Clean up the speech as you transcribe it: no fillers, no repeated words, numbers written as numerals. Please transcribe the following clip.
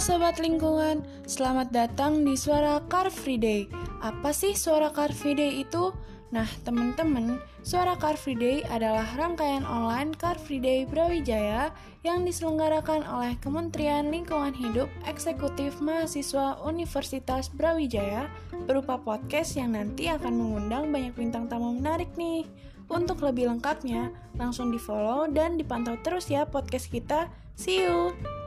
Sobat Lingkungan, selamat datang di Suara Car Free Day. Apa sih Suara Car Free Day itu? Nah teman-teman, Suara Car Free Day adalah rangkaian online Car Free Day Brawijaya yang diselenggarakan oleh Kementerian Lingkungan Hidup Eksekutif Mahasiswa Universitas Brawijaya berupa podcast yang nanti akan mengundang banyak bintang tamu menarik nih. Untuk lebih lengkapnya, langsung di-follow dan dipantau terus ya podcast kita. See you!